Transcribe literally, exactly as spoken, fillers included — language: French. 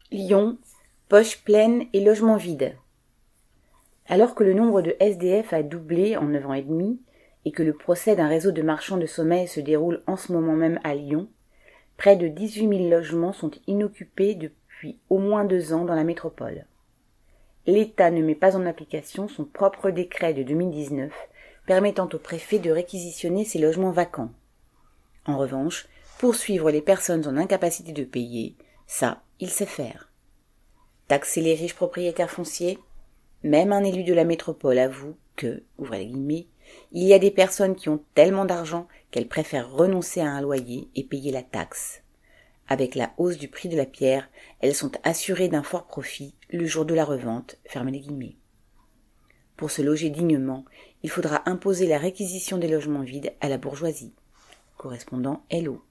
Lyon, poche pleine et logement vide. Alors que le nombre de S D F a doublé en neuf ans et demi et que le procès d'un réseau de marchands de sommeil se déroule en ce moment même à Lyon, près de dix-huit mille logements sont inoccupés depuis au moins deux ans dans la métropole. L'État ne met pas en application son propre décret de deux mille dix-neuf permettant au préfet de réquisitionner ces logements vacants. En revanche, poursuivre les personnes en incapacité de payer, ça, il sait faire. Taxer les riches propriétaires fonciers? Même un élu de la métropole avoue que, ouvrez les guillemets, il y a des personnes qui ont tellement d'argent qu'elles préfèrent renoncer à un loyer et payer la taxe. Avec la hausse du prix de la pierre, elles sont assurées d'un fort profit le jour de la revente, fermez les guillemets. Pour se loger dignement, il faudra imposer la réquisition des logements vides à la bourgeoisie. Correspondant L O.